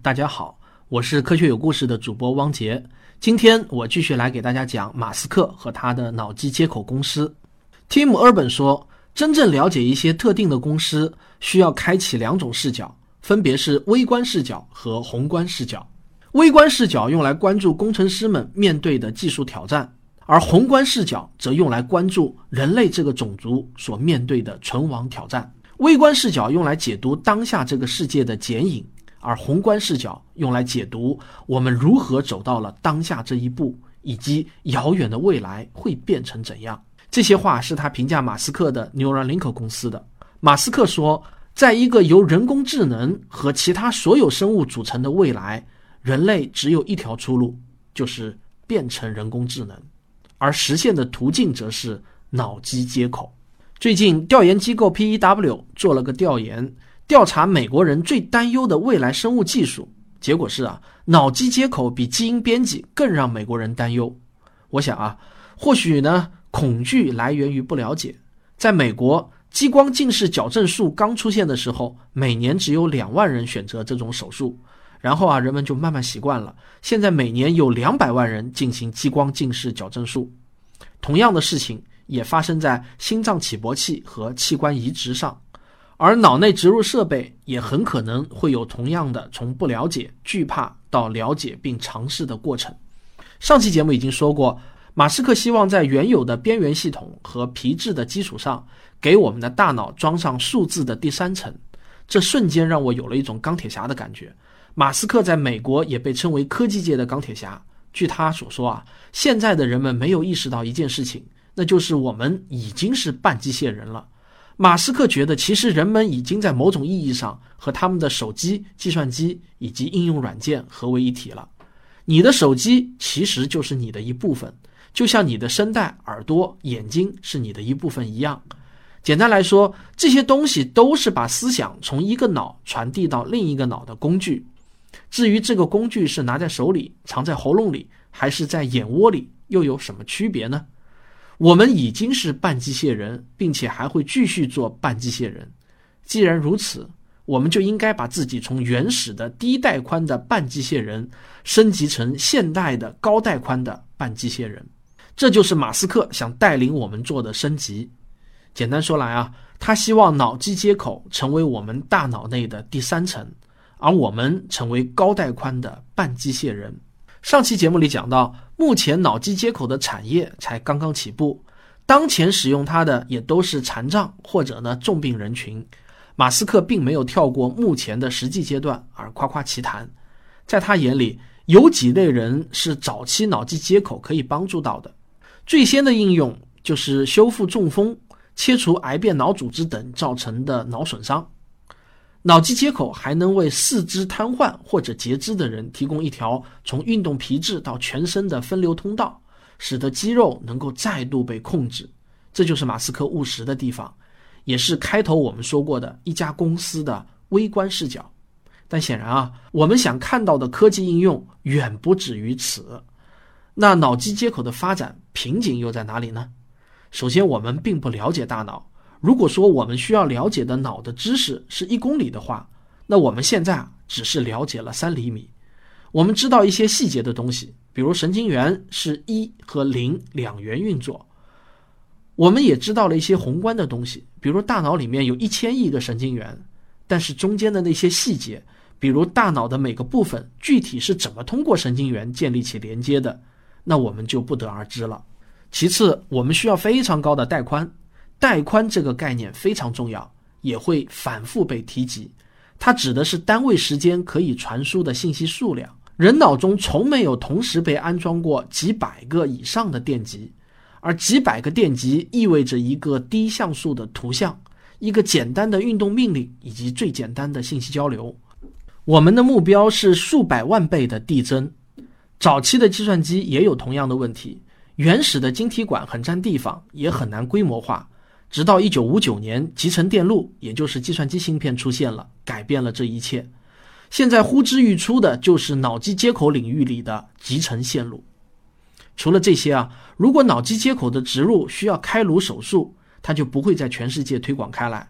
大家好，我是科学有故事的主播汪杰。今天我继续来给大家讲马斯克和他的脑机接口公司。Tim Urban 说，真正了解一些特定的公司需要开启两种视角，分别是微观视角和宏观视角。微观视角用来关注工程师们面对的技术挑战，而宏观视角则用来关注人类这个种族所面对的存亡挑战。微观视角用来解读当下这个世界的剪影，而宏观视角用来解读我们如何走到了当下这一步，以及遥远的未来会变成怎样。这些话是他评价马斯克的 Neuralink 公司的。马斯克说，在一个由人工智能和其他所有生物组成的未来，人类只有一条出路，就是变成人工智能，而实现的途径则是脑机接口。最近调研机构 PEW 做了个调研，调查美国人最担忧的未来生物技术，结果是脑机接口比基因编辑更让美国人担忧。我想或许呢，恐惧来源于不了解。在美国，激光近视矫正术刚出现的时候，每年只有2万人选择这种手术，然后人们就慢慢习惯了，现在每年有200万人进行激光近视矫正术。同样的事情也发生在心脏起搏器和器官移植上，而脑内植入设备也很可能会有同样的从不了解、惧怕到了解并尝试的过程。上期节目已经说过，马斯克希望在原有的边缘系统和皮质的基础上，给我们的大脑装上数字的第三层。这瞬间让我有了一种钢铁侠的感觉。马斯克在美国也被称为科技界的钢铁侠。据他所说现在的人们没有意识到一件事情，那就是我们已经是半机械人了。马斯克觉得，其实人们已经在某种意义上和他们的手机、计算机以及应用软件合为一体了。你的手机其实就是你的一部分，就像你的声带、耳朵、眼睛是你的一部分一样。简单来说，这些东西都是把思想从一个脑传递到另一个脑的工具。至于这个工具是拿在手里、藏在喉咙里，还是在眼窝里，又有什么区别呢？我们已经是半机械人，并且还会继续做半机械人。既然如此，我们就应该把自己从原始的低带宽的半机械人升级成现代的高带宽的半机械人。这就是马斯克想带领我们做的升级。简单说来他希望脑机接口成为我们大脑内的第三层，而我们成为高带宽的半机械人。上期节目里讲到，目前脑机接口的产业才刚刚起步，当前使用它的也都是残障或者重病人群。马斯克并没有跳过目前的实际阶段而夸夸其谈。在他眼里，有几类人是早期脑机接口可以帮助到的。最先的应用就是修复中风、切除癌变脑组织等造成的脑损伤。脑机接口还能为四肢瘫痪或者截肢的人提供一条从运动皮质到全身的分流通道，使得肌肉能够再度被控制。这就是马斯克务实的地方，也是开头我们说过的一家公司的微观视角。但显然我们想看到的科技应用远不止于此。那脑机接口的发展瓶颈又在哪里呢？首先，我们并不了解大脑。如果说我们需要了解的脑的知识是1公里的话，那我们现在只是了解了3厘米。我们知道一些细节的东西，比如神经元是1和0两元运作。我们也知道了一些宏观的东西，比如大脑里面有1000亿个神经元，但是中间的那些细节，比如大脑的每个部分具体是怎么通过神经元建立起连接的，那我们就不得而知了。其次，我们需要非常高的带宽。带宽这个概念非常重要，也会反复被提及。它指的是单位时间可以传输的信息数量。人脑中从没有同时被安装过几百个以上的电极，而几百个电极意味着一个低像素的图像，一个简单的运动命令以及最简单的信息交流。我们的目标是数百万倍的递增。早期的计算机也有同样的问题，原始的晶体管很占地方，也很难规模化。直到1959年，集成电路，也就是计算机芯片出现了，改变了这一切。现在呼之欲出的就是脑机接口领域里的集成线路。除了这些如果脑机接口的植入需要开颅手术，它就不会在全世界推广开来。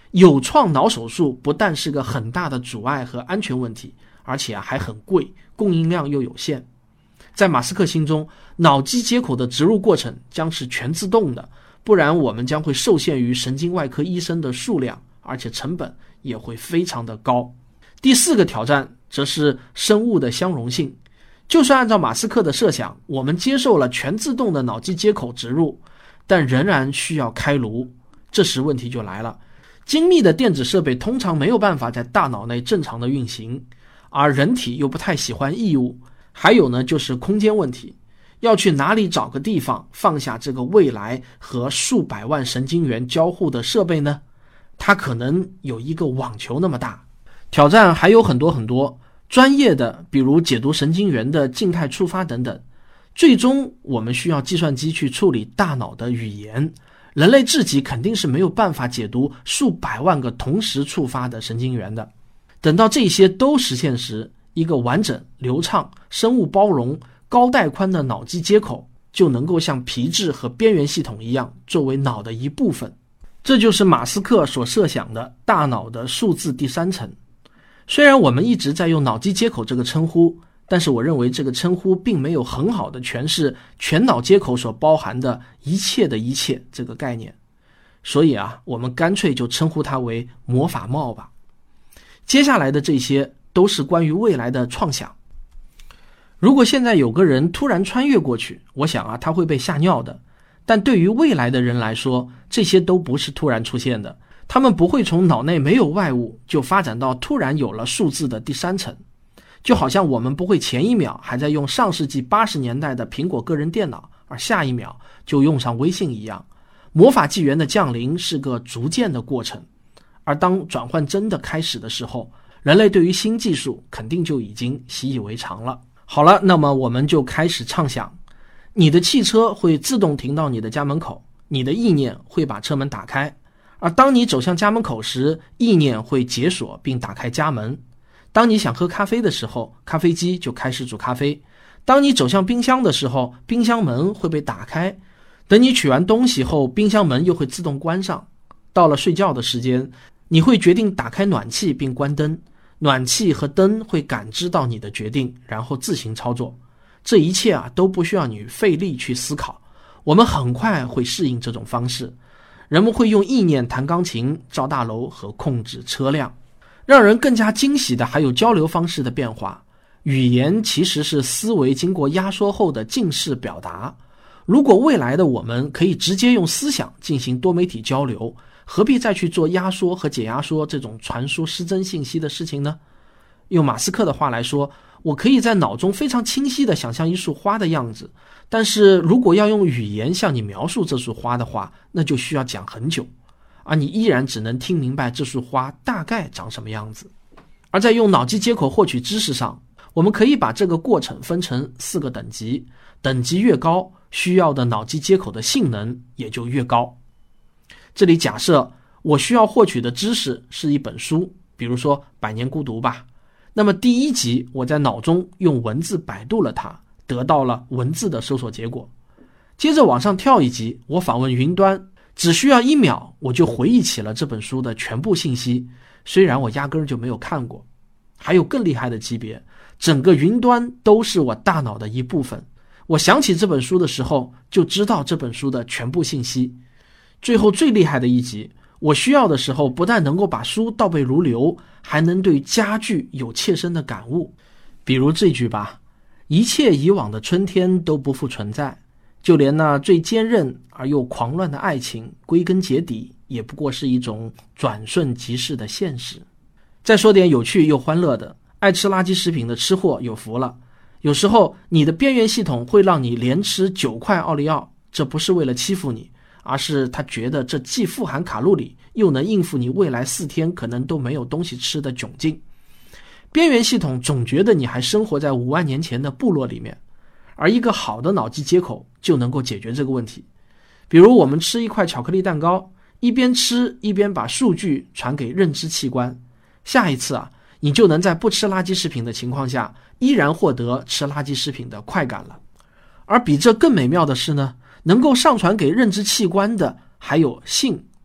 有创脑手术不但是个很大的阻碍和安全问题，而且还很贵，供应量又有限。在马斯克心中，脑机接口的植入过程将是全自动的，不然我们将会受限于神经外科医生的数量，而且成本也会非常的高。第4个挑战则是生物的相容性。就算按照马斯克的设想，我们接受了全自动的脑机接口植入，但仍然需要开颅。这时问题就来了，精密的电子设备通常没有办法在大脑内正常的运行，而人体又不太喜欢异物。还有呢，就是空间问题，要去哪里找个地方放下这个未来和数百万神经元交互的设备呢？它可能有一个网球那么大。挑战还有很多很多，专业的，比如解读神经元的静态触发等等。最终我们需要计算机去处理大脑的语言，人类自己肯定是没有办法解读数百万个同时触发的神经元的。等到这些都实现时，一个完整、流畅、生物包容、高带宽的脑机接口就能够像皮质和边缘系统一样作为脑的一部分。这就是马斯克所设想的大脑的数字第3层。虽然我们一直在用脑机接口这个称呼，但是我认为这个称呼并没有很好的诠释全脑接口所包含的一切的一切这个概念。所以我们干脆就称呼它为魔法帽吧。接下来的这些都是关于未来的创想。如果现在有个人突然穿越过去，我想他会被吓尿的。但对于未来的人来说，这些都不是突然出现的，他们不会从脑内没有外物就发展到突然有了数字的第3层。就好像我们不会前一秒还在用上世纪80年代的苹果个人电脑，而下一秒就用上微信一样。魔法纪元的降临是个逐渐的过程，而当转换真的开始的时候，人类对于新技术肯定就已经习以为常了。好了，那么我们就开始畅想。你的汽车会自动停到你的家门口，你的意念会把车门打开，而当你走向家门口时，意念会解锁并打开家门。当你想喝咖啡的时候，咖啡机就开始煮咖啡。当你走向冰箱的时候，冰箱门会被打开。等你取完东西后，冰箱门又会自动关上。到了睡觉的时间，你会决定打开暖气并关灯，暖气和灯会感知到你的决定，然后自行操作。这一切都不需要你费力去思考，我们很快会适应这种方式。人们会用意念弹钢琴、造大楼和控制车辆。让人更加惊喜的还有交流方式的变化。语言其实是思维经过压缩后的近似表达。如果未来的我们可以直接用思想进行多媒体交流，何必再去做压缩和解压缩这种传输失真信息的事情呢？用马斯克的话来说，我可以在脑中非常清晰地想象一束花的样子，但是如果要用语言向你描述这束花的话，那就需要讲很久，而你依然只能听明白这束花大概长什么样子。而在用脑机接口获取知识上，我们可以把这个过程分成4个等级，等级越高，需要的脑机接口的性能也就越高。这里假设我需要获取的知识是一本书，比如说《百年孤独》吧。那么第1集我在脑中用文字百度了它，得到了文字的搜索结果。接着往上跳1级，我访问云端，只需要1秒我就回忆起了这本书的全部信息，虽然我压根儿就没有看过。还有更厉害的级别，整个云端都是我大脑的一部分，我想起这本书的时候就知道这本书的全部信息。最后最厉害的1级，我需要的时候不但能够把书倒背如流，还能对家具有切身的感悟。比如这句吧，一切以往的春天都不复存在，就连那最坚韧而又狂乱的爱情，归根结底也不过是一种转瞬即逝的现实。再说点有趣又欢乐的，爱吃垃圾食品的吃货有福了。有时候你的边缘系统会让你连吃9块奥利奥，这不是为了欺负你，而是他觉得这既富含卡路里，又能应付你未来4天可能都没有东西吃的窘境。边缘系统总觉得你还生活在5万年前的部落里面，而一个好的脑机接口就能够解决这个问题。比如我们吃一块巧克力蛋糕，一边吃一边把数据传给认知器官，下一次你就能在不吃垃圾食品的情况下，依然获得吃垃圾食品的快感了。而比这更美妙的是呢，能够上传给认知器官的还有性、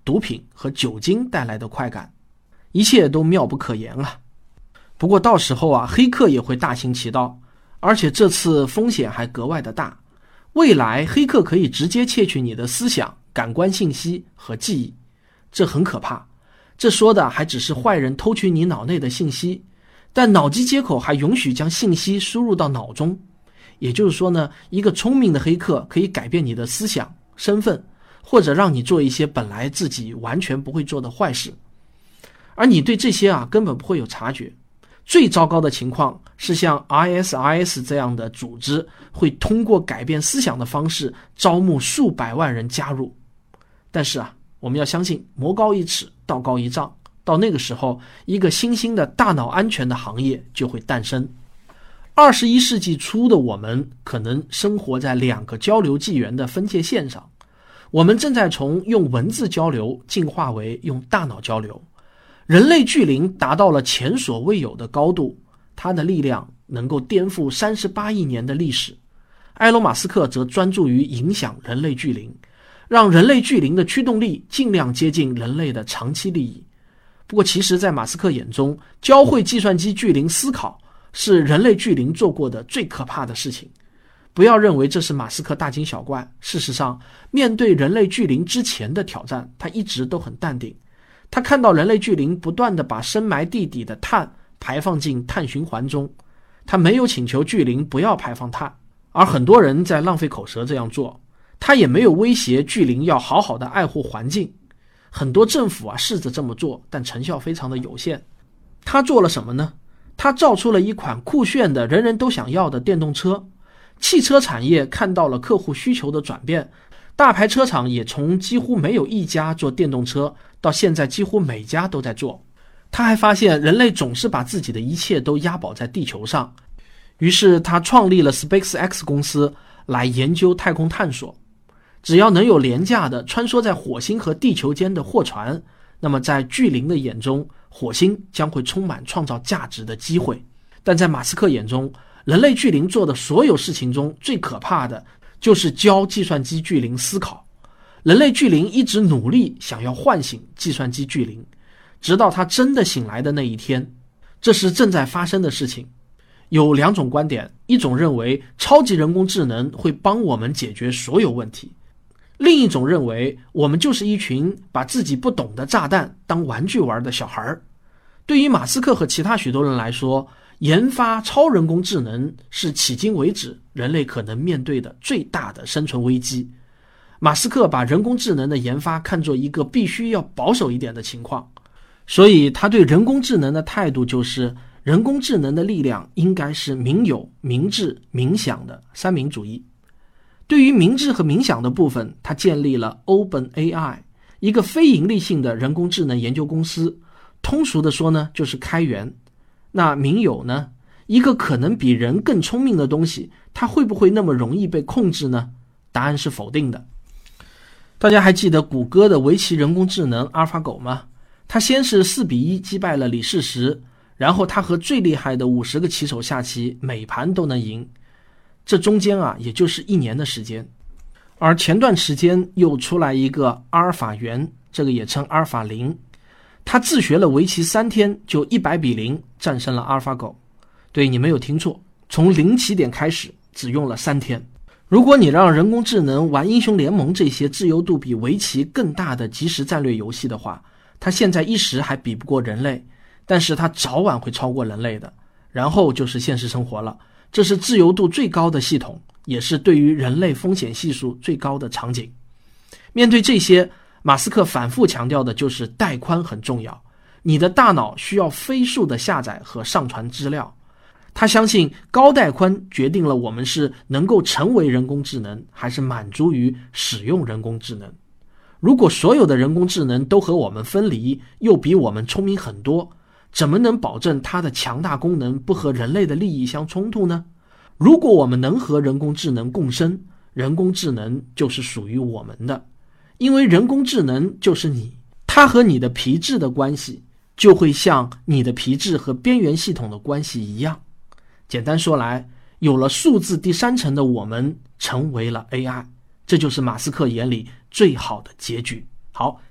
毒品和酒精带来的快感，一切都妙不可言啊。不过到时候啊，黑客也会大行其道，而且这次风险还格外的大。未来黑客可以直接窃取你的思想、感官信息和记忆，这很可怕。这说的还只是坏人偷取你脑内的信息，但脑机接口还允许将信息输入到脑中。也就是说呢，一个聪明的黑客可以改变你的思想、身份，或者让你做一些本来自己完全不会做的坏事，而你对这些根本不会有察觉。最糟糕的情况是像 ISIS 这样的组织会通过改变思想的方式招募数百万人加入。但是我们要相信魔高一尺道高一丈，到那个时候一个新兴的大脑安全的行业就会诞生。21世纪初的我们可能生活在两个交流纪元的分界线上，我们正在从用文字交流进化为用大脑交流。人类巨灵达到了前所未有的高度，它的力量能够颠覆38亿年的历史。埃隆·马斯克则专注于影响人类巨灵，让人类巨灵的驱动力尽量接近人类的长期利益。不过其实在马斯克眼中，教会计算机巨灵思考是人类巨灵做过的最可怕的事情。不要认为这是马斯克大惊小怪，事实上面对人类巨灵之前的挑战，他一直都很淡定。他看到人类巨灵不断地把深埋地底的碳排放进碳循环中，他没有请求巨灵不要排放碳，而很多人在浪费口舌这样做。他也没有威胁巨灵要好好的爱护环境。很多政府试着这么做，但成效非常的有限。他做了什么呢？他造出了一款酷炫的人人都想要的电动车。汽车产业看到了客户需求的转变，大牌车厂也从几乎没有一家做电动车到现在几乎每家都在做。他还发现人类总是把自己的一切都押宝在地球上，于是他创立了 SpaceX 公司来研究太空探索。只要能有廉价的穿梭在火星和地球间的货船，那么在巨灵的眼中，火星将会充满创造价值的机会。但在马斯克眼中，人类巨灵做的所有事情中最可怕的就是教计算机巨灵思考。人类巨灵一直努力想要唤醒计算机巨灵，直到他真的醒来的那一天。这是正在发生的事情。有两种观点，一种认为超级人工智能会帮我们解决所有问题，另一种认为我们就是一群把自己不懂的炸弹当玩具玩的小孩。对于马斯克和其他许多人来说，研发超人工智能是迄今为止人类可能面对的最大的生存危机。马斯克把人工智能的研发看作一个必须要保守一点的情况，所以他对人工智能的态度就是人工智能的力量应该是民有、民治、民享的三民主义。对于民治和民享的部分，他建立了 OpenAI， 一个非盈利性的人工智能研究公司，通俗的说呢，就是开源。那民有呢？一个可能比人更聪明的东西，它会不会那么容易被控制呢？答案是否定的。大家还记得谷歌的围棋人工智能阿尔法狗吗？它先是4-1击败了李世石，然后他和最厉害的50个棋手下棋，每盘都能赢。这中间也就是1年的时间。而前段时间又出来一个阿尔法猿，这个也称阿尔法0，他自学了围棋3天就100-0战胜了阿尔法狗。对，你没有听错，从0起点开始只用了3天。如果你让人工智能玩英雄联盟这些自由度比围棋更大的即时战略游戏的话，它现在一时还比不过人类，但是它早晚会超过人类的。然后就是现实生活了，这是自由度最高的系统，也是对于人类风险系数最高的场景。面对这些，马斯克反复强调的就是带宽很重要，你的大脑需要飞速的下载和上传资料。他相信高带宽决定了我们是能够成为人工智能，还是满足于使用人工智能。如果所有的人工智能都和我们分离，又比我们聪明很多，怎么能保证它的强大功能不和人类的利益相冲突呢？如果我们能和人工智能共生，人工智能就是属于我们的，因为人工智能就是你，它和你的皮质的关系就会像你的皮质和边缘系统的关系一样。简单说来，有了数字第3层的我们成为了 AI， 这就是马斯克眼里最好的结局。好，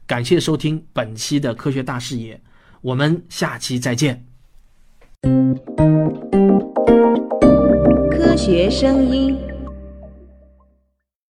感谢收听本期的科学大视野，我们下期再见。 科学声音。